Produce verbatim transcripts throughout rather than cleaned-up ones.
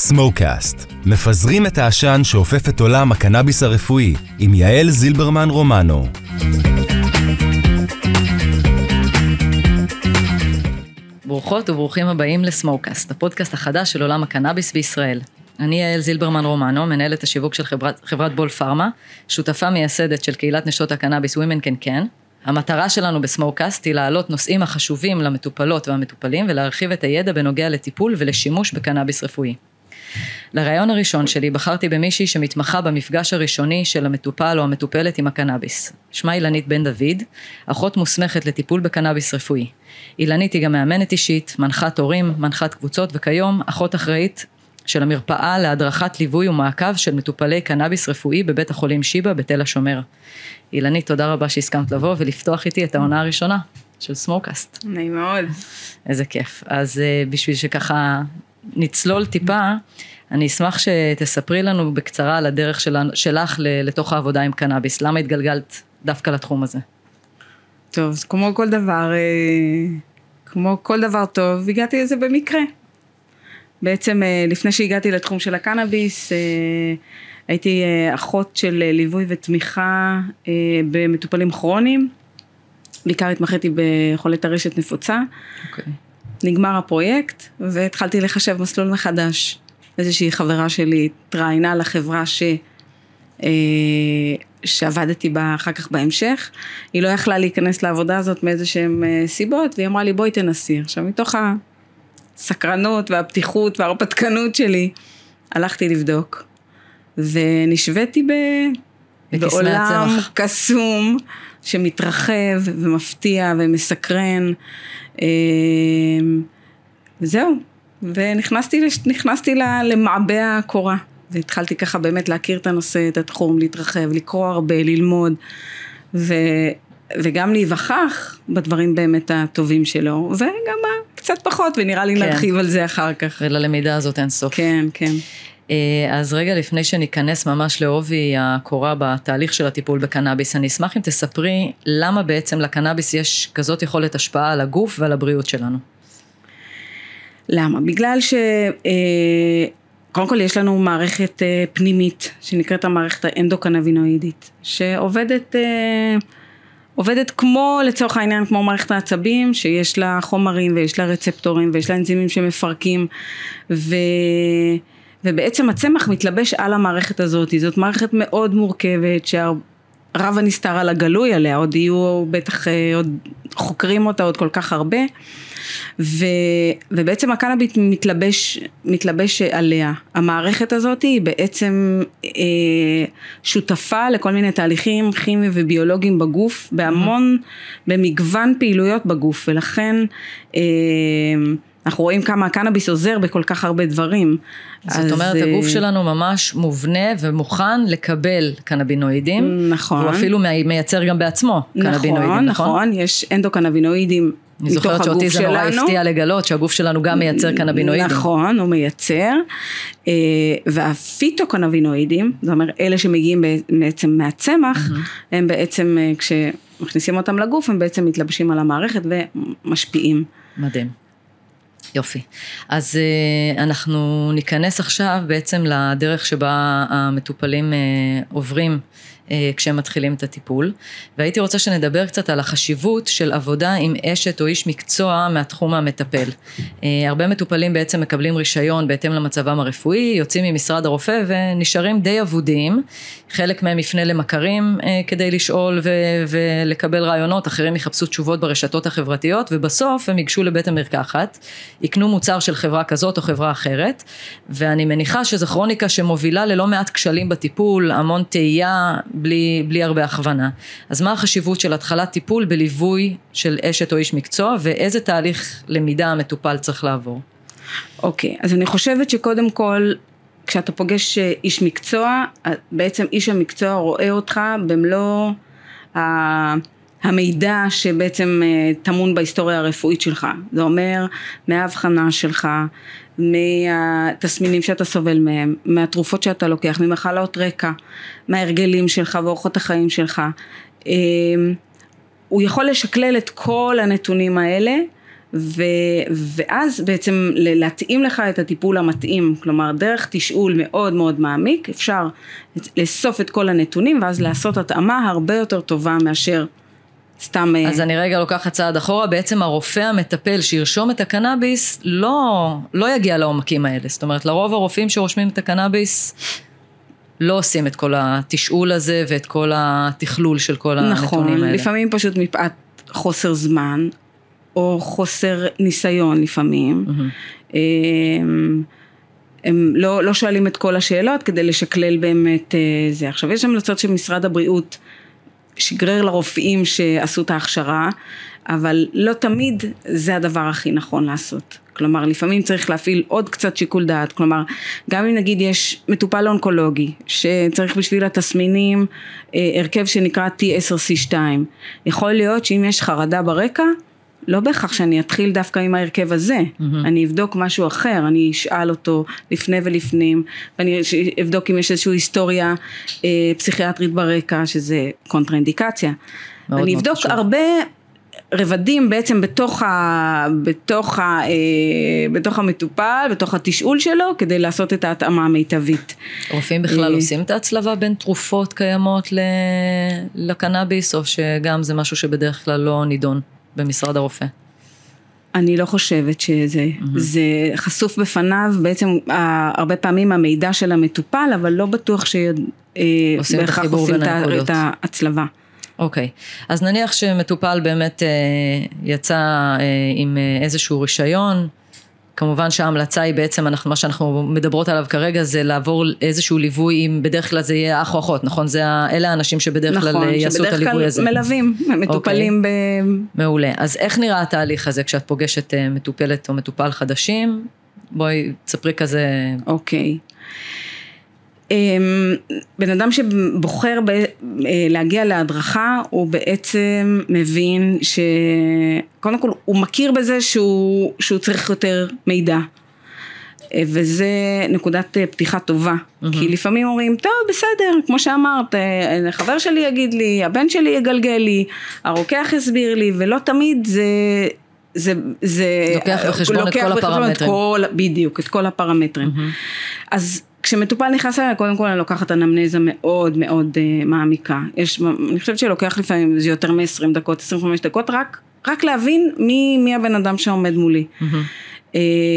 סמוקאסט, מפזרים את העשן שאופף את עולם הקנאביס הרפואי, עם יעל זילברמן רומנו. ברוכות וברוכים הבאים לסמוקאסט, הפודקאסט החדש של עולם הקנאביס בישראל. אני יעל זילברמן רומנו, מנהלת השיווק של חברת, חברת בול פארמה, שותפה מייסדת של קהילת נשות הקנאביס Women Can Can. המטרה שלנו בסמוקאסט היא להעלות נושאים החשובים למטופלות והמטופלים, ולהרחיב את הידע בנוגע לטיפול ולשימוש בקנאביס רפואי. לרעיון הראשון שלי בחרתי במישהי שמתמחה במפגש הראשוני של המטופל או המטופלת עם הקנאביס. שמה אילנית בן דוד, אחות מוסמכת לטיפול בקנאביס רפואי. אילנית היא גם מאמנת אישית, מנחת הורים, מנחת קבוצות, וכיום אחות אחראית של המרפאה להדרכת ליווי ומעקב של מטופלי קנאביס רפואי בבית החולים שיבא בתל השומר. אילנית, תודה רבה שהסכמת לבוא ולפתוח איתי את העונה הראשונה של סמוקאסט. נעים מאוד. איזה כיף. אז בשביל שככה נצלול טיפה, אני אשמח שתספרי לנו בקצרה על הדרך של, שלך לתוך העבודה עם קנאביס. למה התגלגלת דווקא לתחום הזה? טוב, כמו כל דבר, כמו כל דבר טוב, הגעתי לזה במקרה. בעצם לפני שהגעתי לתחום של הקנאביס, הייתי אחות של ליווי ותמיכה במטופלים כרוניים, בעיקר התמחיתי בחולי טרשת נפוצה. אוקיי. נגמר הפרויקט והתחלתי לחשב מסלול מחדש. איזושהי חברה שלי התראיינה לחברה ש... שעבדתי בה אחר כך בהמשך. היא לא יכלה להיכנס לעבודה הזאת מאיזשהם סיבות, והיא אמרה לי בואי תנסי. עכשיו מתוך הסקרנות והפתיחות והרפתקנות שלי, הלכתי לבדוק. ונשוויתי ב... בעולם קסום שמתרחב ומפתיע ומסקרן. וזהו. ונכנסתי נכנסתי למעבה הקורה. והתחלתי ככה באמת להכיר את הנושא, את התחום, להתרחב, לקרוא הרבה, ללמוד. ו... וגם להיווכח בדברים באמת הטובים שלו. וגם קצת פחות, ונראה לי כן. נרחיב על זה אחר כך. וללמידה הזאת אין סוף. כן, כן. אז רגע לפני שניכנס ממש לעובי הקורה בתהליך של הטיפול בקנאביס, אני אשמח אם תספרי למה בעצם לקנאביס יש כזאת יכולת השפעה על הגוף ועל הבריאות שלנו. למה? בגלל ש... קודם כל יש לנו מערכת פנימית שנקראת המערכת האנדוקנבינואידית, שעובדת עובדת כמו לצורך העניין כמו מערכת העצבים, שיש לה חומרים ויש לה רצפטורים ויש לה אנזימים שמפרקים, ו... ובעצם הצמח מתלבש על המערכת הזאת. זאת מערכת מאוד מורכבת שהרב הנסתר על הגלוי עליה, עוד יהיו בטח עוד חוקרים אותה עוד כל כך הרבה, ו, ובעצם הקנאביס מתלבש, מתלבש עליה. המערכת הזאת היא בעצם אה, שותפה לכל מיני תהליכים כימיים וביולוגיים בגוף, בהמון, במגוון פעילויות בגוף, ולכן אה, אנחנו רואים כמה הקנאביס עוזר בכל כך הרבה דברים. זאת אומרת, הגוף שלנו ממש מובנה ומוכן לקבל קנבינואידים. נכון. הוא אפילו מייצר גם בעצמו קנבינואידים, נכון? נכון, יש אנדוקנבינואידים מתוך הגוף שלנו. אני זוכרת שאותי זה נורא הפתיע לגלות שהגוף שלנו גם מייצר קנבינואידים. נכון, הוא מייצר. והפיטוקנבינואידים, זאת אומרת, אלה שמגיעים בעצם מהצמח, הם בעצם, כשמכניסים אותם לגוף, הם בעצם מתלבשים על המערכת ומשפיעים. מדהים. יופי. אז אנחנו ניכנס עכשיו בעצם לדרך שבה המטופלים עוברים כשהם מתחילים את הטיפול, והייתי רוצה שנדבר קצת על החשיבות של עבודה עם אשת או איש מקצוע מהתחום המטפל. הרבה מטופלים בעצם מקבלים רישיון בהתאם למצבם הרפואי, יוצאים ממשרד הרופא ונשארים די עבודיים, חלק מהם יפנה למכרים כדי לשאול ו- ולקבל רעיונות, אחרים יחפשו תשובות ברשתות החברתיות, ובסוף הם ייגשו לבית המרקחת, יקנו מוצר של חברה כזאת או חברה אחרת, ואני מניחה שזו כרוניקה שמובילה ללא מעט כשלים בטיפול, המון תהייה, בלי, בלי הרבה הכוונה. אז מה החשיבות של התחלת טיפול בליווי של אשת או איש מקצוע, ואיזה תהליך למידה המטופל צריך לעבור? אוקיי, אז אני חושבת שקודם כל, כשאתה פוגש איש מקצוע, בעצם איש המקצוע רואה אותך במלוא המידע שבעצם תמון בהיסטוריה הרפואית שלך. זה אומר, מההבחנה שלך, מהתסמינים שאתה סובל מהם, מהתרופות שאתה לוקח, ממחלות רקע, מההרגלים שלך ואורחות החיים שלך. הוא יכול לשקלל את כל הנתונים האלה ו, ואז בעצם להתאים לך את הטיפול המתאים, כלומר דרך תשאול מאוד מאוד מעמיק, אפשר לאסוף את כל הנתונים ואז לעשות התאמה הרבה יותר טובה מאשר סתם... אז אני רגע לוקחת צעד אחורה, בעצם הרופא המטפל שירשום את הקנאביס לא, לא יגיע לעומקים האלה, זאת אומרת לרוב הרופאים שרושמים את הקנאביס לא עושים את כל התשאול הזה ואת כל התכלול של כל הנתונים נכון, האלה. נכון, לפעמים פשוט מפאת חוסר זמן, או חוסר ניסיון לפעמים, mm-hmm. הם, הם לא, לא שואלים את כל השאלות כדי לשקלל באמת זה. עכשיו יש המלצות של משרד הבריאות שגרר לרופאים שעשו את ההכשרה, אבל לא תמיד זה הדבר הכי נכון לעשות. כלומר, לפעמים צריך להפעיל עוד קצת שיקול דעת, כלומר, גם אם נגיד יש מטופל אונקולוגי, שצריך בשביל התסמינים, הרכב שנקרא טי עשר סי שתיים, יכול להיות שאם יש חרדה ברקע, לא בהכרח שאני אתחיל דווקא עם ההרכב הזה, mm-hmm. אני אבדוק משהו אחר, אני אשאל אותו לפני ולפנים, ואני אבדוק אם יש איזושהי היסטוריה אה, פסיכיאטרית ברקע, שזה קונטראינדיקציה. אני אבדוק חשוב. הרבה רבדים בעצם בתוך, ה, בתוך, ה, אה, בתוך המטופל, בתוך התשאול שלו, כדי לעשות את ההתאמה המיטבית. רופאים בכלל עושים את ההצלבה בין תרופות קיימות לקנאביס, או שגם זה משהו שבדרך כלל לא נידון? במשרד הרופא? אני לא חושבת שזה, mm-hmm. זה חשוף בפניו בעצם הרבה פעמים המידע של המטופל, אבל לא בטוח שבהכרח עושים את ההצלבה. אוקיי, אז נניח שמטופל באמת יצא עם איזשהו רישיון, כמובן שההמלצה היא בעצם, אנחנו, מה שאנחנו מדברות עליו כרגע, זה לעבור איזשהו ליווי, אם בדרך כלל זה יהיה אח או אחות, נכון? זה, אלה האנשים שבדרך כלל נכון, יעשו את הליווי הזה. נכון, שבדרך כלל מלווים, מטופלים okay. ב... מעולה. אז איך נראה התהליך הזה, כשאת פוגשת מטופלת או מטופל חדשים? בואי, תספרי כזה... אוקיי. Okay. בן אדם שבוחר להגיע להדרכה, הוא בעצם מבין שקודם כל הוא מכיר בזה שהוא, שהוא צריך יותר מידע, וזה נקודת פתיחה טובה, mm-hmm. כי לפעמים אומרים, טוב בסדר, כמו שאמרת, חבר שלי יגיד לי, הבן שלי יגלגל לי, הרוקח יסביר לי, ולא תמיד זה... זה, זה לוקח בחשבון לוקח את כל הפרמטרים. כל, בדיוק, את כל הפרמטרים. Mm-hmm. אז כשמטופל נכנס אליי, קודם כל אני לוקחת אנמנזה מאוד מאוד uh, מעמיקה. יש, אני חושבת שלוקח לפעמים, זה יותר מ-עשרים דקות, עשרים וחמש דקות, רק, רק להבין מי, מי הבן אדם שעומד מולי. Mm-hmm. Uh,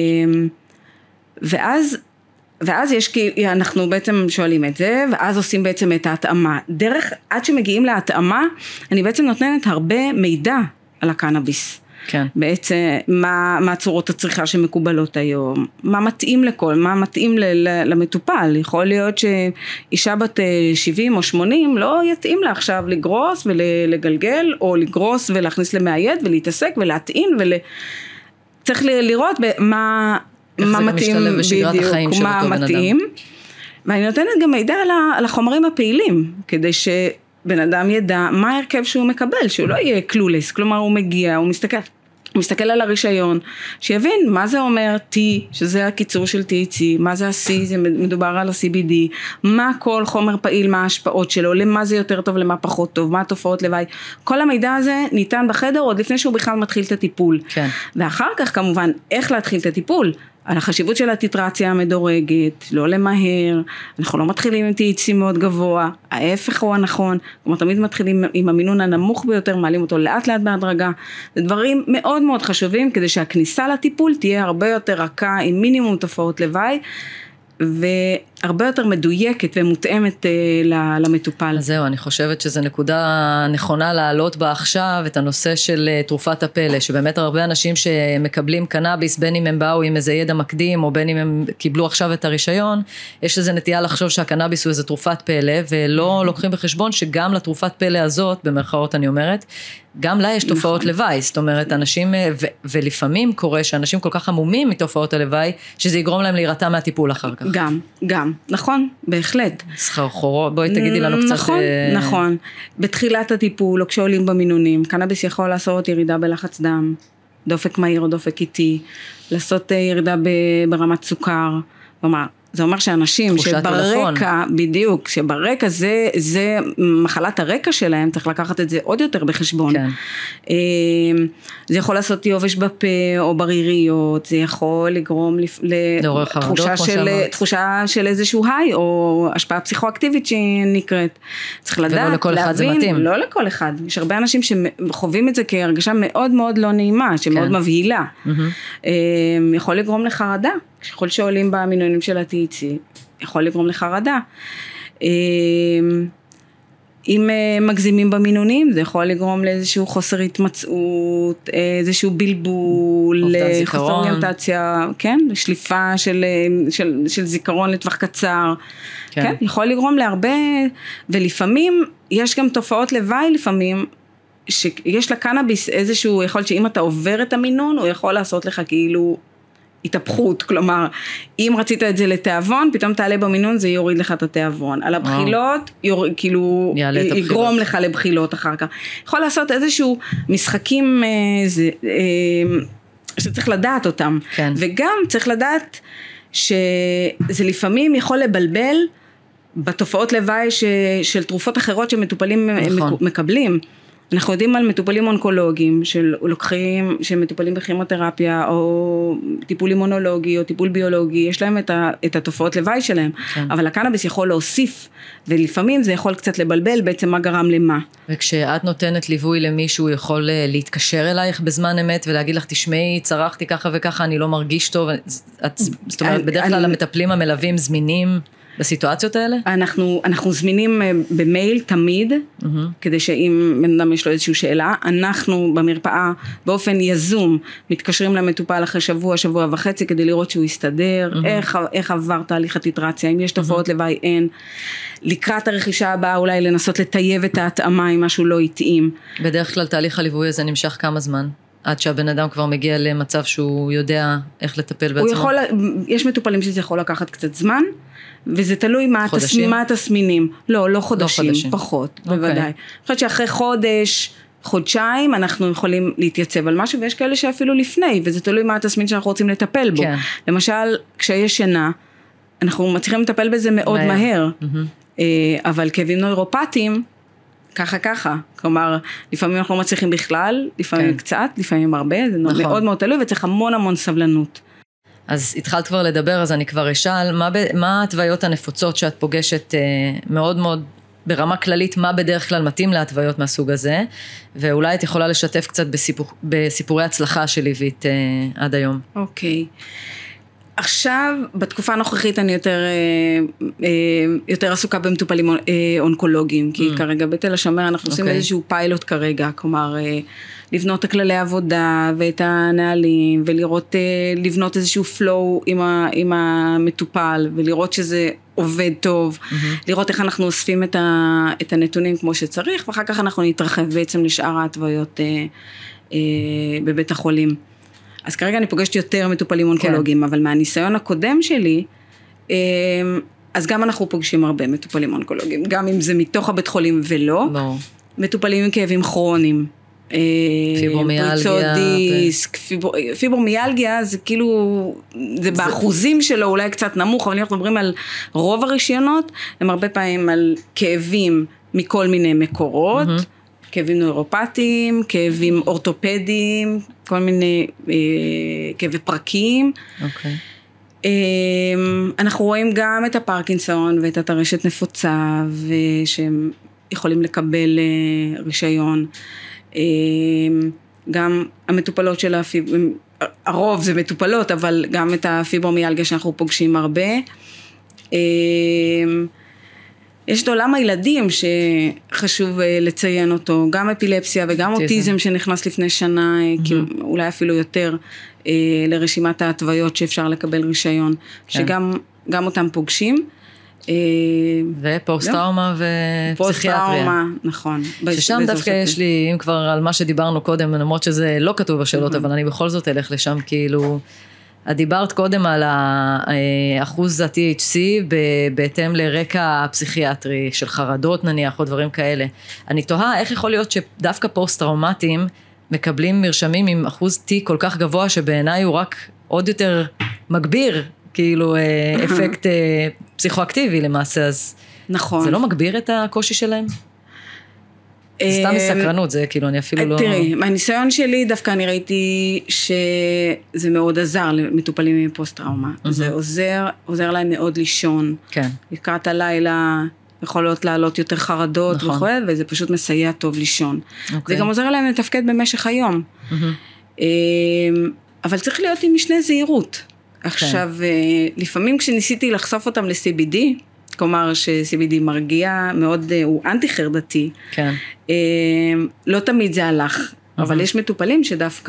ואז, ואז יש, כי אנחנו בעצם שואלים את זה, ואז עושים בעצם את ההתאמה. דרך, עד שמגיעים להתאמה, אני בעצם נותנת הרבה מידע על הקנאביס. כן. בעצם מה, מה צורות הצריכה שמקובלות היום, מה מתאים לכל, מה מתאים ל, ל, למטופל. יכול להיות שאישה בת שבעים או שמונים לא יתאים לה עכשיו לגרוס ולגלגל, או לגרוס ולהכניס למעייד ולהתעסק ולהטעין, ול... צריך לראות מה, מה מתאים בדיוק, מה מתאים. ואני נותנת גם מידע על החומרים הפעילים, כדי ש... בן אדם ידע מה ההרכב שהוא מקבל, שהוא לא יהיה קלולס, כלומר הוא מגיע, הוא מסתכל, הוא מסתכל על הרישיון, שיבין מה זה אומר T, שזה הקיצור של טי אייץ' סי, מה זה ה-C, זה מדובר על ה-סי בי די, מה כל חומר פעיל, מה ההשפעות שלו, למה זה יותר טוב, למה פחות טוב, מה התופעות לוואי, כל המידע הזה ניתן בחדר עוד לפני שהוא בכלל מתחיל את הטיפול. כן. ואחר כך כמובן, איך להתחיל את הטיפול? על החשיבות של הטיטרציה המדורגת, לא למהר, אנחנו לא מתחילים עם טי אייץ' סי מאוד גבוה, ההפך הוא הנכון, כלומר תמיד מתחילים עם המינון הנמוך ביותר, מעלים אותו לאט לאט בהדרגה, זה דברים מאוד מאוד חשובים, כדי שהכניסה לטיפול תהיה הרבה יותר רכה, עם מינימום תופעות לוואי, והרבה יותר מדויקת ומותאמת למטופל. אז זהו, אני חושבת שזו נקודה נכונה להעלות בה עכשיו, את הנושא של תרופת הפלא, שבאמת הרבה אנשים שמקבלים קנאביס, בין אם הם באו עם איזה ידע מקדים, או בין אם הם קיבלו עכשיו את הרישיון, יש איזו נטייה לחשוב שהקנאביס הוא איזו תרופת פלא, ולא לוקחים בחשבון שגם לתרופת פלא הזאת, במרכאות אני אומרת, גם לה יש תופעות נכון. לוואי, זאת אומרת, אנשים, ו- ולפעמים קורה שאנשים כל כך עמומים מתופעות הלוואי, שזה יגרום להם להירתע מהטיפול אחר כך. גם, גם, נכון, בהחלט. סחרחורו, בואי תגידי לנו קצת... נכון, uh... נכון. בתחילת הטיפול, או כשעולים במינונים, קנאביס יכול לעשות ירידה בלחץ דם, דופק מהיר או דופק איטי, לעשות ירידה ברמת סוכר, כלומר, זה אומר שאנשים שברקע, בדיוק, שברקע זה, זה מחלת הרקע שלהם, צריך לקחת את זה עוד יותר בחשבון. כן. זה יכול לעשות יובש בפה או בריריות, זה יכול לגרום לתחושה של, תחושה של איזשהו היי, או השפעה פסיכואקטיבית שהיא נקראת. צריך לדעת, ולא לכל אחד זה מתאים. לא לכל אחד. יש הרבה אנשים שחווים את זה כהרגשה מאוד מאוד לא נעימה, שמאוד מבהילה. יכול לגרום לחרדה. ככל שעולים במינונים של ה-טי אייץ' סי, יכול לגרום לחרדה. אם מגזימים במינונים, זה יכול לגרום לאיזשהו חוסר התמצאות, איזשהו בלבול, חוסר אוריינטציה, כן? שליפה של, של, של זיכרון לטווח קצר. כן. כן? יכול לגרום להרבה, ולפעמים יש גם תופעות לוואי לפעמים, שיש לקנאביס איזשהו, יכול להיות שאם אתה עובר את המינון, הוא יכול לעשות לך כאילו, התהפכות, כלומר, אם רצית את זה לתיאבון, פתאום תעלה במינון, זה יוריד לך את התיאבון. על הבחילות, יור, כאילו, יגרום לך לבחילות אחר כך. יכול לעשות איזשהו משחקים, זה, שצריך לדעת אותם. כן. וגם צריך לדעת, שזה לפעמים יכול לבלבל, בתופעות לוואי ש, של תרופות אחרות שמטופלים נכון. מקבלים. אנחנו יודעים על מטופלים אונקולוגיים, של לוקחים, שמטופלים בכימותרפיה, או טיפול אימונולוגי, או טיפול ביולוגי, יש להם את, ה, את התופעות לוואי שלהם, כן. אבל הקנאביס יכול להוסיף, ולפעמים זה יכול קצת לבלבל, בעצם מה גרם למה. וכשאת נותנת ליווי למישהו, יכול להתקשר אלייך בזמן אמת, ולהגיד לך, תשמעי, צרחתי ככה וככה, אני לא מרגיש טוב, את, זאת אומרת, בדרך כלל המטפלים המלווים זמינים, בסיטואציות האלה? אנחנו, אנחנו זמינים במייל תמיד, mm-hmm. כדי שאם בן אדם יש לו איזושהי שאלה, אנחנו במרפאה באופן יזום, מתקשרים למטופל אחרי שבוע, שבוע וחצי, כדי לראות שהוא יסתדר, mm-hmm. איך, איך עבר תהליך הטיטרציה, אם יש תופעות mm-hmm. לוואי אין, לקראת הרכישה הבאה אולי לנסות לטייב את ההתאמה אם משהו לא יתאים. בדרך כלל תהליך הליווי הזה נמשך כמה זמן? עד שהבן אדם כבר מגיע למצב שהוא יודע איך לטפל בעצמו? הוא יכול, יש מטופלים שזה יכול לקחת קצת זמן, וזה תלוי מה, התס, מה התסמינים. לא, לא חודשים, לא חודשים. פחות, okay. בוודאי. אני חושבת שאחרי חודש, חודשיים, אנחנו יכולים להתייצב על משהו, ויש כאלה שאפילו לפני, וזה תלוי מה התסמין שאנחנו רוצים לטפל בו. כן. למשל, כשיש שינה, אנחנו מצליחים לטפל בזה מאוד מהר, מהר. Mm-hmm. אבל כאבים נוירופטיים, ככה ככה, כלומר, לפעמים אנחנו לא מצליחים בכלל, לפעמים כן. קצת, לפעמים הרבה, זה נכון. מאוד מאוד תלוי, וצריך המון המון סבלנות. אז התחלת כבר לדבר, אז אני כבר אשאל, מה, מה התוויות הנפוצות שאת פוגשת מאוד מאוד ברמה כללית, מה בדרך כלל מתאים להתוויות מהסוג הזה, ואולי את יכולה לשתף קצת בסיפור, בסיפורי הצלחה שליווית עד היום. אוקיי. עכשיו, בתקופה הנוכחית אני יותר, יותר עסוקה במטופלים אונקולוגיים, כי mm. כרגע בתל השומר אנחנו okay. עושים איזשהו פיילוט כרגע, כלומר, לבנות את כללי העבודה ואת הנהלים, ולראות, לבנות איזשהו flow עם, ה, עם המטופל, ולראות שזה עובד טוב, mm-hmm. לראות איך אנחנו אוספים את, ה, את הנתונים כמו שצריך, ואחר כך אנחנו נתרחב בעצם לשאר ההתוויות אה, אה, בבית החולים. אז כרגע אני פוגשת יותר מטופלים אונקולוגיים, כן. אבל מהניסיון הקודם שלי, אז גם אנחנו פוגשים הרבה מטופלים אונקולוגיים, גם אם זה מתוך הבית חולים ולא, לא. מטופלים עם כאבים כרוניים, פיברומיאלגיה, דיסק, פיבר, פיברומיאלגיה זה כאילו, זה באחוזים שלו אולי קצת נמוך, אבל אנחנו מדברים על רוב הרישיונות, הם הרבה פעמים על כאבים מכל מיני מקורות, mm-hmm. כאבים נוירופטיים, כאבים אורתופדיים, כל מיני אה, כאבי פרקים. אוקיי. אה, אנחנו רואים גם את הפרקינסון ואת הטרשת נפוצה, ושהם יכולים לקבל אה, רישיון. אה, גם המטופלות של הפיב... הרוב זה מטופלות, אבל גם את הפיברומיאלגיה שאנחנו פוגשים הרבה. אה, יש את עולם הילדים שחשוב לציין אותו, גם אפילפסיה וגם אוטיזם שנכנס לפני שנה, mm-hmm. אולי אפילו יותר, לרשימת ההתוויות שאפשר לקבל רישיון, כן. שגם גם אותם פוגשים. ופוסט-טראומה ופסיכיאטריה. פוסט-טראומה, נכון. ששם דווקא יש לי, אם כבר על מה שדיברנו קודם, למרות שזה לא כתוב בשאלות, mm-hmm. אבל אני בכל זאת אלך לשם כאילו... את דיברת קודם על האחוז ה-טי אייץ' סי בהתאם לרקע הפסיכיאטרי של חרדות נניח או דברים כאלה. אני תוהה איך יכול להיות שדווקא פוסט-טראומטיים מקבלים מרשמים עם אחוז T כל כך גבוה שבעיניי הוא רק עוד יותר מגביר כאילו אפקט פסיכואקטיבי למעשה, אז נכון. זה לא מגביר את הקושי שלהם? זה סתם מסקרנות, זה כאילו אני אפילו לא... תראי, מהניסיון שלי דווקא אני ראיתי שזה מאוד עזר למטופלים עם פוסט-טראומה. זה עוזר, עוזר להם מאוד לישון. כן. לקראת הלילה יכולות לעלות יותר חרדות וכו', וזה פשוט מסייע טוב לישון. זה גם עוזר להם לתפקד במשך היום. אבל צריך להיות עם משנה זהירות. עכשיו, לפעמים כשניסיתי לחשוף אותם ל-סי בי די, כלומר ש-סי בי די מרגיע מאוד, הוא אנטי חרדתי. כן. לא תמיד זה הלך, אבל יש מטופלים שדווקא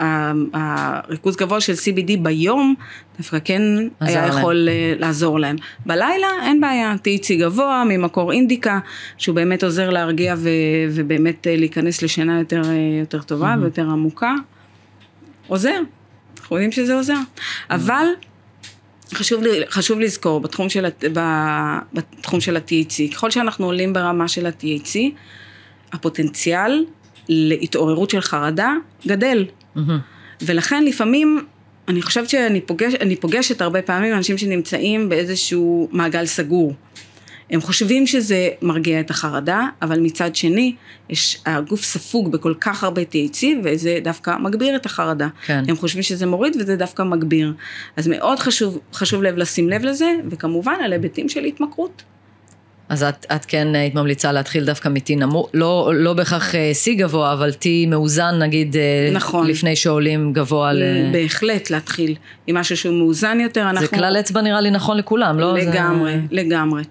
הריכוז גבוה של סי בי די ביום, דווקא כן היה יכול לעזור להם. בלילה אין בעיה, טי אייץ' סי גבוה, ממקור אינדיקה, שהוא באמת עוזר להרגיע ובאמת להיכנס לשינה יותר טובה ויותר עמוקה. עוזר, אנחנו יודעים שזה עוזר. אבל חשוב, חשוב לזכור, בתחום של, בתחום של ה-טי אייץ' סי, ככל שאנחנו עולים ברמה של ה-טי אייץ' סי, הפוטנציאל להתעוררות של חרדה גדל. Mm-hmm. ולכן לפעמים, אני חושבת שאני פוגש, אני פוגשת הרבה פעמים אנשים שנמצאים באיזשהו מעגל סגור. הם חושבים שזה מרגיע את החרדה, אבל מצד שני, יש, הגוף ספוג בכל כך הרבה טי אייץ' סי, וזה דווקא מגביר את החרדה. כן. הם חושבים שזה מוריד, וזה דווקא מגביר. אז מאוד חשוב, חשוב לב לשים לב לזה, וכמובן על היבטים של התמכרות. אז את, את כן היית ממליצה להתחיל דווקא מטי נמוך, לא, לא בכך סי גבוה, אבל טי מאוזן נגיד, נכון. לפני שעולים גבוה ל... בהחלט להתחיל עם משהו שהוא מאוזן יותר. אנחנו... זה כלל אצבע נראה לי נכון לכולם, לא? לגמרי, זה... לגמרי.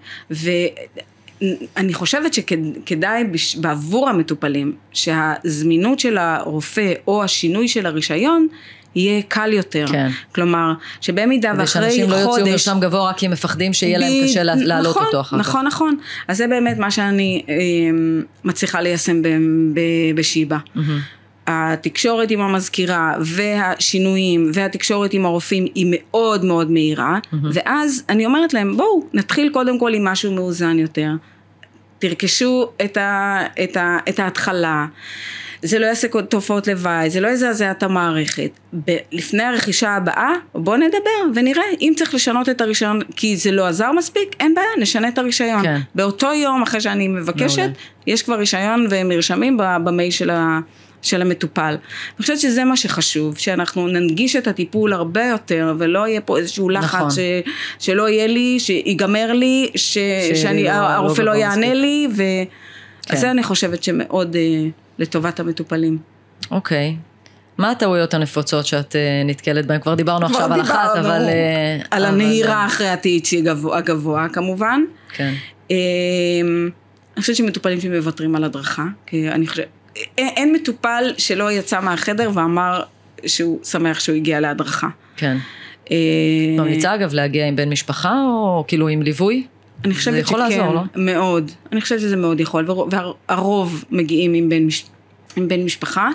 ואני חושבת שכדאי בעבור המטופלים, שהזמינות של הרופא או השינוי של הרישיון, יהיה קל יותר. כן. כלומר, שבמידה ואחרי חודש... ושאנשים לא יוציאו מרשם גבוה, רק כי הם מפחדים שיהיה להם קשה להעלות נכון, אותו אחר כך. נכון, נכון. אז זה באמת מה שאני אה, מצליחה ליישם ב, ב, בשיבה. Mm-hmm. התקשורת עם המזכירה, והשינויים, והתקשורת עם הרופאים, היא מאוד מאוד מהירה, mm-hmm. ואז אני אומרת להם, בואו, נתחיל קודם כל עם משהו מאוזן יותר. תרכשו את, ה, את, ה, את ההתחלה, זה לא יעשה תופעות לוואי, זה לא יזעזע את המערכת. ב- לפני הרכישה הבאה, בוא נדבר ונראה, אם צריך לשנות את הרישיון, כי זה לא עזר מספיק, אין בעיה, נשנה את הרישיון. כן. באותו יום, אחרי שאני מבקשת, מעולה. יש כבר רישיון ומרשמים במייל של ה... של המטופל. אני חושבת שזה מה שחשוב, שאנחנו ננגיש את הטיפול הרבה יותר, ולא יהיה פה איזשהו לחץ, נכון. ש, שלא יהיה לי, שיגמר לי, ש, שאני, לא, הרופא לא, לא יענה מספיק. לי, ו... כן. אז זה אני חושבת שמאוד uh, לטובת המטופלים. אוקיי. מה הטעויות הנפוצות שאת uh, נתקלת בהן? כבר דיברנו כבר עכשיו דיבר, על אחת, אבל... Uh, על אבל... הנהירה אחרי ה-טי אייץ' סי הגבוה, כמובן. כן. Uh, אני חושבת שמטופלים שמוותרים על הדרכה, כי אני חושבת... אין מטופל שלא יצא מהחדר ואמר שהוא שמח שהוא הגיע להדרכה. כן. ממליצה אגב להגיע עם בן משפחה או כאילו עם ליווי? אני חושבת שכן, מאוד. אני חושבת שזה מאוד יכול, והרוב מגיעים עם בן, עם בן משפחה.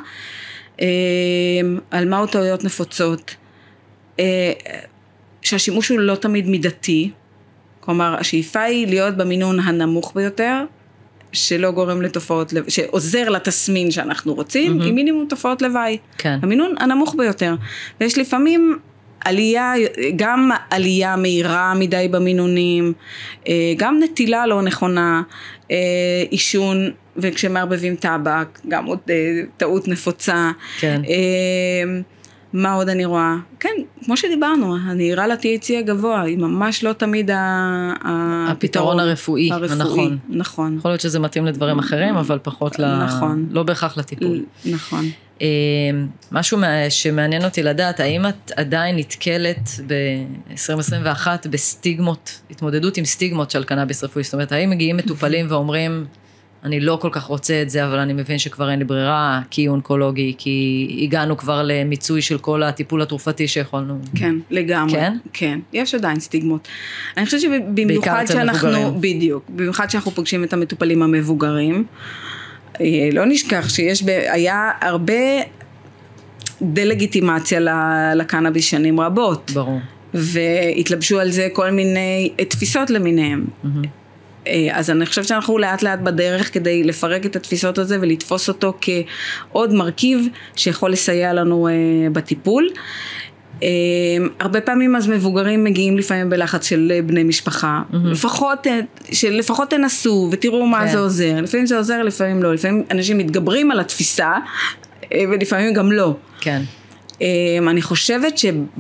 על מהו טעויות נפוצות? שהשימוש הוא לא תמיד מידתי, כלומר השאיפה היא להיות במינון הנמוך ביותר, שלא גורם לתופעות, שעוזר לתסמין שאנחנו רוצים, mm-hmm. עם מינימום תופעות לוואי. כן. המינון הנמוך ביותר. ויש לפעמים עלייה, גם עלייה מהירה מדי במינונים, גם נטילה לא נכונה, עישון, וכשמערבבים טבק, גם עוד טעות נפוצה. כן. מה עוד אני רואה? כן, כמו שדיברנו, הנהירה ל-טי אייץ' סי הגבוה, היא ממש לא תמיד הפתרון, הפתרון הרפואי, הרפואי, הנכון. נכון. יכול להיות שזה מתאים לדברים אחרים, אבל פחות נכון. ל... לא בהכרח לטיפול. נכון. משהו שמעניין אותי לדעת, האם את עדיין נתקלת ב-עשרים עשרים ואחת בסטיגמות, התמודדות עם סטיגמות של קנאביס רפואי, זאת אומרת, האם מגיעים מטופלים ואומרים, אני לא כל כך רוצה את זה, אבל אני מבין שכבר אין לי ברירה, כי אונקולוגי, כי הגענו כבר למיצוי של כל הטיפול התרופתי שיכולנו. כן, לגמרי. כן? כן, יש עדיין סטיגמות. אני חושבת שבמיוחד שאנחנו, בדיוק, במיוחד שאנחנו פוגשים את המטופלים המבוגרים, לא נשכח שיש, היה הרבה דלגיטימציה לקנאביס שנים רבות. ברור. והתלבשו על זה כל מיני תפיסות למיניהם. אז אני חושבת שאנחנו לאט לאט בדרך כדי לפרק את התפיסות הזה ולתפוס אותו כעוד מרכיב שיכול לסייע לנו בטיפול. הרבה פעמים אז מבוגרים מגיעים לפעמים בלחץ של בני משפחה, לפחות, שלפחות תנסו ותראו מה זה עוזר, לפעמים זה עוזר, לפעמים לא, לפעמים אנשים מתגברים על התפיסה, ולפעמים גם לא. כן. אני חושבת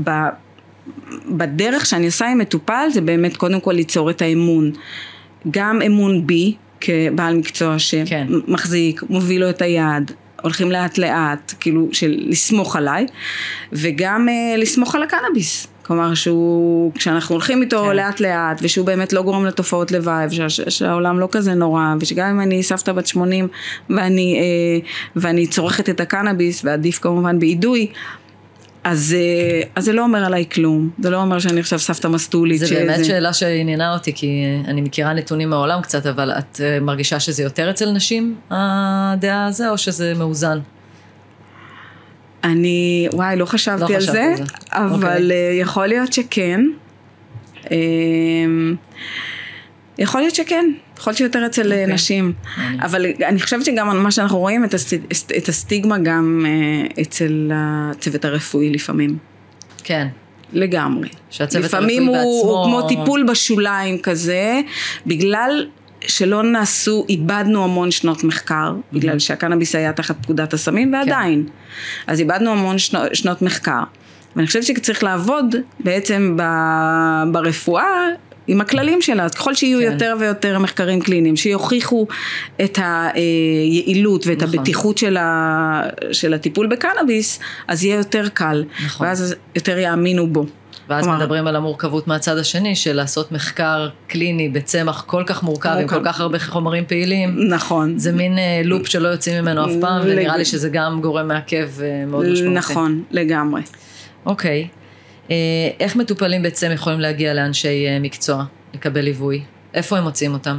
שבדרך שאני עושה עם מטופל, זה באמת קודם כל ליצור את האמון, גם אמון בי, כבעל מקצוע שמחזיק, מוביל לו את היד, הולכים לאט לאט, כאילו של לסמוך עליי, וגם אה, לסמוך על הקנאביס. כלומר, שהוא, כשאנחנו הולכים איתו כן. לאט לאט, ושהוא באמת לא גורם לתופעות לוואי, ושהעולם לא כזה נורא, ושגם אם אני סבתא בת שמונים, ואני, אה, ואני צורכת את הקנאביס, ועדיף כמובן בעידוי, אז, אז זה לא אומר עליי כלום, זה לא אומר שאני עכשיו סבתא מסטולית. זה באמת שזה... שאלה שעניינה אותי, כי אני מכירה נתונים מהעולם קצת, אבל את מרגישה שזה יותר אצל נשים, הדעה הזה, או שזה מאוזן? אני, וואי, לא חשבתי לא על זה, על זה, אבל okay. יכול להיות שכן. יכול להיות שכן, יכול להיות שיותר אצל okay. נשים, okay. אבל אני חושבת שגם מה שאנחנו רואים, את, הסטיג, את הסטיגמה גם אצל הצוות הרפואי לפעמים. כן. לגמרי. לפעמים הוא, בעצמו... הוא כמו טיפול בשוליים כזה, בגלל שלא נעשו, איבדנו המון שנות מחקר, mm-hmm. בגלל שהקנאביס היה תחת פקודת הסמים, ועדיין. כן. אז איבדנו המון שנות, שנות מחקר. ואני חושבת שצריך לעבוד בעצם ב, ברפואה, עם הכללים שלה, אז ככל שיהיו כן. יותר ויותר מחקרים קליניים, שיוכיחו את היעילות ואת נכון. הבטיחות של, ה, של הטיפול בקנאביס, אז יהיה יותר קל, נכון. ואז יותר יאמינו בו. ואז כלומר, מדברים על המורכבות מהצד השני, של לעשות מחקר קליני בצמח כל כך מורכב, מורכב. עם כל כך הרבה חומרים פעילים. נכון. זה מין לופ שלא יוצאים ממנו אף פעם, לג... ונראה לי שזה גם גורם מעכב מאוד משמעותי. נכון, לגמרי. אוקיי. איך מטופלים בעצם יכולים להגיע לאנשי מקצוע, לקבל ליווי? איפה הם מוצאים אותם?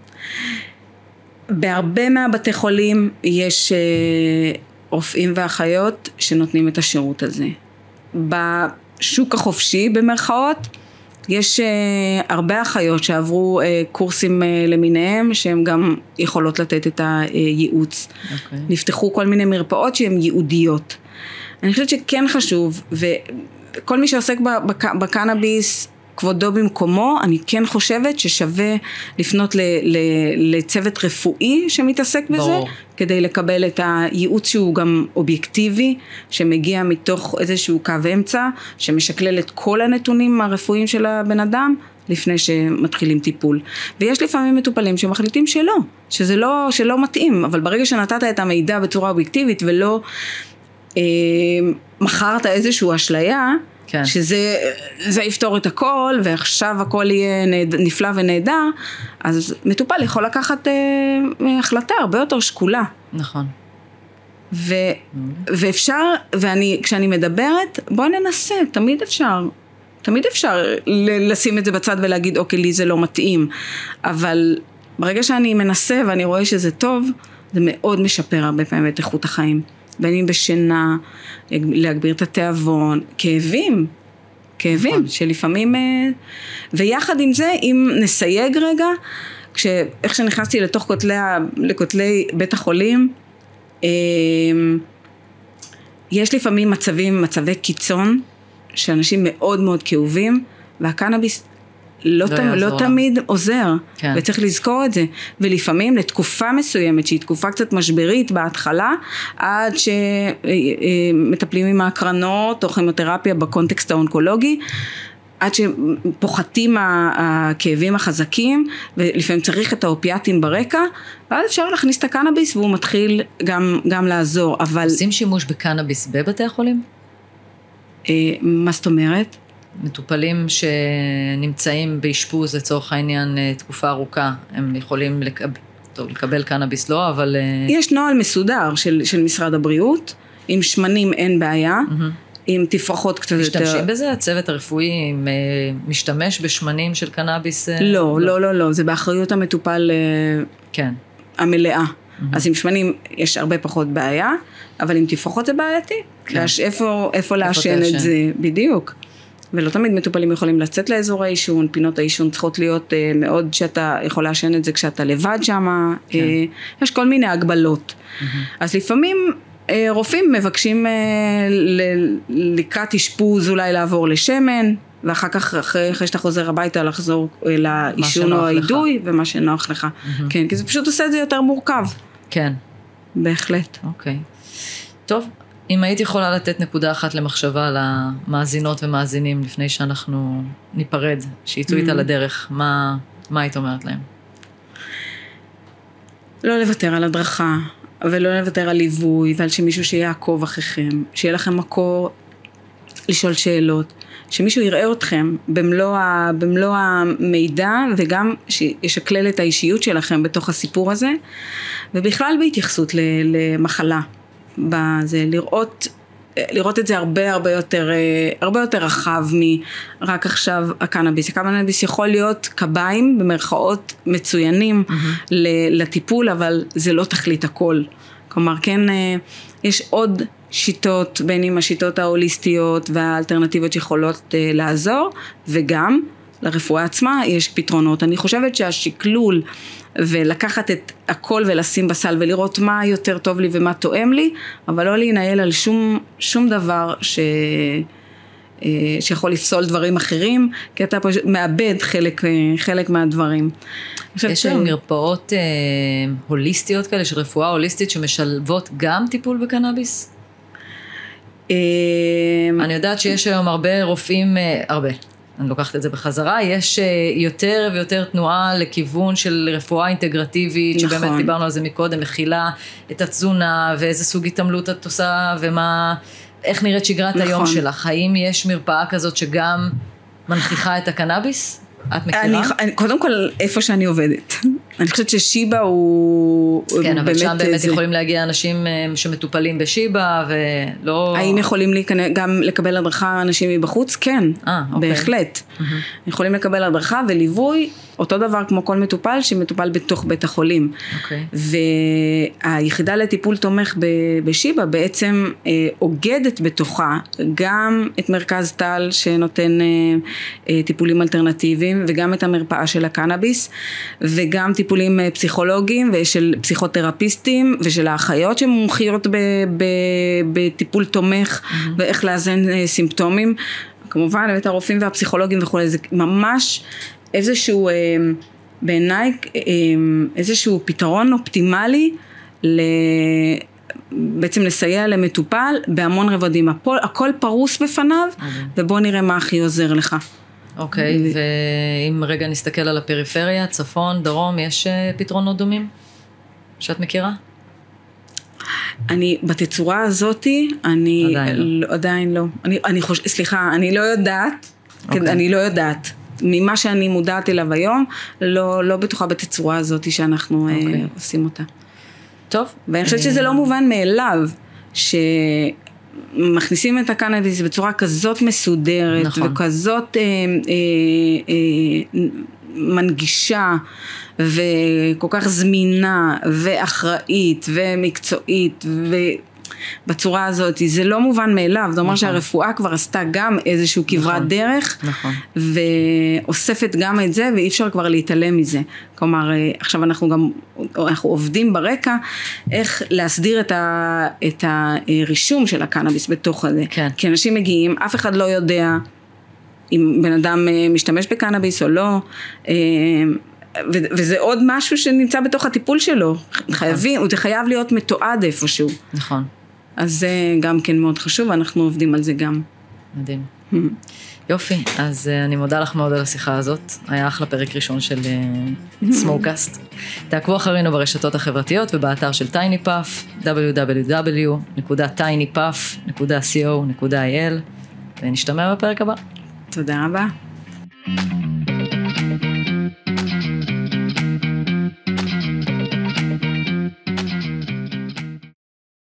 בהרבה מהבתי חולים יש רופאים ואחיות שנותנים את השירות הזה. בשוק החופשי במרכאות, יש הרבה אחיות שעברו קורסים למיניהם, שהם גם יכולות לתת את הייעוץ. Okay. נפתחו כל מיני מרפאות שהן ייעודיות. אני חושבת שכן חשוב, ו... כל מי שעוסק בקנאביס, כבודו במקומו, אני כן חושבת ששווה לפנות ל, ל, לצוות רפואי שמתעסק בזה, ברור. כדי לקבל את הייעוץ שהוא גם אובייקטיבי, שמגיע מתוך איזשהו קו אמצע, שמשקלל את כל הנתונים הרפואיים של הבן אדם, לפני שמתחילים טיפול. ויש לפעמים מטופלים שמחליטים שלא, שזה לא, שלא מתאים, אבל ברגע שנתת את המידע בצורה אובייקטיבית ולא... מחרת איזשהו אשליה, כן. שזה זה יפתור את הכל, ועכשיו הכל יהיה נפלא ונהדר, אז מטופל יכול לקחת אה, החלטה הרבה יותר שקולה. נכון. ו, ואפשר, ואני, כשאני מדברת, בוא ננסה, תמיד אפשר, תמיד אפשר לשים את זה בצד ולהגיד, אוקיי, לי זה לא מתאים, אבל ברגע שאני מנסה ואני רואה שזה טוב, זה מאוד משפר הרבה פעמים את איכות החיים. בין אם בשינה, להגביר את התיאבון, כאבים, כאבים, נכון. שלפעמים, ויחד עם זה, אם נסייג רגע, איך שנכנסתי לתוך כותלי, לכותלי בית החולים, יש לפעמים מצבים, מצבי קיצון, שאנשים מאוד מאוד כאובים, והקנאביס לא, לא, תמ, לא תמיד עוזר, כן. וצריך לזכור את זה, ולפעמים לתקופה מסוימת, שהיא תקופה קצת משברית בהתחלה, עד שמטפלים עם ההקרנות, או כימותרפיה בקונטקסט האונקולוגי, עד שפוחתים הכאבים החזקים, ולפעמים צריך את האופיאטים ברקע, ואז אפשר להכניס את הקנאביס, והוא מתחיל גם, גם לעזור, אבל... עושים שימוש בקנאביס בבתי החולים? מה זאת אומרת? מטופלים שנמצאים באשפוז לצורך העניין תקופה ארוכה, הם יכולים לקבל, טוב, לקבל קנאביס לא, אבל... יש נוהל מסודר של, של משרד הבריאות, עם שמנים אין בעיה, mm-hmm. עם תפרחות קצת יותר... משתמשים בזה? הצוות הרפואי משתמש בשמנים של קנאביס? לא, לא, לא, לא, לא. זה באחריות המטופל כן. המלאה. Mm-hmm. אז עם שמנים יש הרבה פחות בעיה, אבל עם תפרחות זה בעייתי. כן. איפה, איפה, איפה לעשן את זה? בדיוק. ולא תמיד מטופלים יכולים לצאת לאזור האישון, פינות האישון צריכות להיות אה, מאוד שאתה יכול לעשן את זה כשאתה לבד שם, כן. אה, יש כל מיני הגבלות. Mm-hmm. אז לפעמים רופאים מבקשים לקראת אשפוז אולי לעבור לשמן, ואחר כך, אחרי, אחרי שאתה חוזר הביתה, לחזור לאישון או האידוי, ומה שנוח לך. Mm-hmm. כן, כי זה פשוט עושה את זה יותר מורכב. כן. בהחלט. אוקיי. טוב, אם היית יכולה לתת נקודה אחת למחשבה למאזינות ומאזינים, לפני שאנחנו ניפרד, שיצאו איתה לדרך, מה, מה היית אומרת להם? לא לוותר על הדרכה, ולא לוותר על ליווי, ועל שמישהו שיעקוב אחריכם, שיהיה לכם מקור לשאול שאלות, שמישהו יראה אתכם במלוא, במלוא המידע, וגם שישקלל את האישיות שלכם בתוך הסיפור הזה, ובכלל בהתייחסות למחלה, בזה, לראות, לראות את זה הרבה הרבה יותר, הרבה יותר רחב מרק עכשיו הקנאביס. הקנאביס יכול להיות קביים במרכאות מצוינים mm-hmm. לטיפול, אבל זה לא תכלית הכל. כלומר, כן, יש עוד שיטות, בין אם השיטות ההוליסטיות והאלטרנטיביות שיכולות לעזור, וגם לרפואה עצמה יש פתרונות. אני חושבת שהשקלול ולקחת את הכל ולשים בסל ולראות מה יותר טוב לי ומה תואם לי, אבל לא להינהל על שום, שום דבר ש... שיכול לפסול דברים אחרים, כי אתה פשוט מאבד חלק, חלק מהדברים. יש ש... מרפאות אה, הוליסטיות כאלה, של רפואה הוליסטית, שמשלבות גם טיפול בקנאביס? אה... אני יודעת שיש היום הרבה רופאים, אה, הרבה. אני לוקחת את זה בחזרה, יש יותר ויותר תנועה לכיוון של רפואה אינטגרטיבית, נכון. שבאמת דיברנו על זה מקודם, מכילה את התזונה, ואיזה סוג התעמלות את עושה, ומה, איך נראית שגרת נכון. היום שלך. האם יש מרפאה כזאת שגם מנכיחה את הקנאביס? את מכירה? אני, אני, קודם כל, איפה שאני עובדת. אני חושבת ששיבה הוא... כן, אבל שם באמת זה... יכולים להגיע אנשים שמטופלים בשיבה, ולא... האם יכולים להיכנס, גם לקבל הדרכה אנשים מבחוץ? כן, 아, אוקיי. בהחלט. Mm-hmm. יכולים לקבל הדרכה וליווי, אותו דבר כמו כל מטופל שמטופל בתוך בית החולים. אוקיי. והיחידה לטיפול תומך בשיבה בעצם אוגדת בתוכה גם את מרכז טל שנותן טיפולים אלטרנטיביים, וגם את המרפאה של הקנאביס, וגם טיפולים פסיכולוגיים ושל פסיכותרפיסטים ושל האחיות שמומחיות בטיפול תומך mm-hmm. ואיך לאזן סימפטומים. כמובן, את הרופאים והפסיכולוגים וכו', זה ממש איזשהו, בעיניי, איזשהו פתרון אופטימלי בעצם לסייע למטופל בהמון רבדים. הכל, הכל פרוס בפניו, okay. ובוא נראה מה הכי עוזר לך. אוקיי, okay, ו... ואם רגע נסתכל על הפריפריה, צפון, דרום, יש פתרונות דומים שאת מכירה? אני, בתצורה הזאת, אני עדיין לא. עדיין לא. אני, אני חוש... סליחה, אני לא יודעת, okay. אני לא יודעת. ממה שאני מודעת אליו היום, לא, לא בטוחה בתצורה הזאת שאנחנו okay. uh, עושים אותה. טוב. ואני חושבת שזה לא מובן מאליו, שמכניסים את הקנאביס בצורה כזאת מסודרת, נכון. וכזאת אה, אה, אה, מנגישה, וכל כך זמינה, ואחראית, ומקצועית, ובצורה הזאת, זה לא מובן מאליו, זאת אומרת נכון. שהרפואה כבר עשתה גם איזשהו כברת נכון. דרך, נכון. ואוספת גם את זה, ואי אפשר כבר להתעלם מזה. כלומר, עכשיו אנחנו גם, אנחנו עובדים ברקע, איך להסדיר את, ה, את הרישום של הקנאביס בתוך הזה. כן. כי אנשים מגיעים, אף אחד לא יודע אם בן אדם משתמש בקנאביס או לא, וזה עוד משהו שנמצא בתוך הטיפול שלו. נכון. חייבים, הוא חייב להיות מתועד איפשהו. נכון. אז זה גם כן מאוד חשוב, ואנחנו עובדים על זה גם. מדהים. יופי, אז אני מודה לך מאוד על השיחה הזאת. היה אחלה פרק ראשון של סמוקאסט. תעקבו אחרינו ברשתות החברתיות ובאתר של TinyPuff, דאבליו דאבליו דאבליו נקודה טייני פאף נקודה קו נקודה איי אל, ונשתמע בפרק הבא. תודה רבה.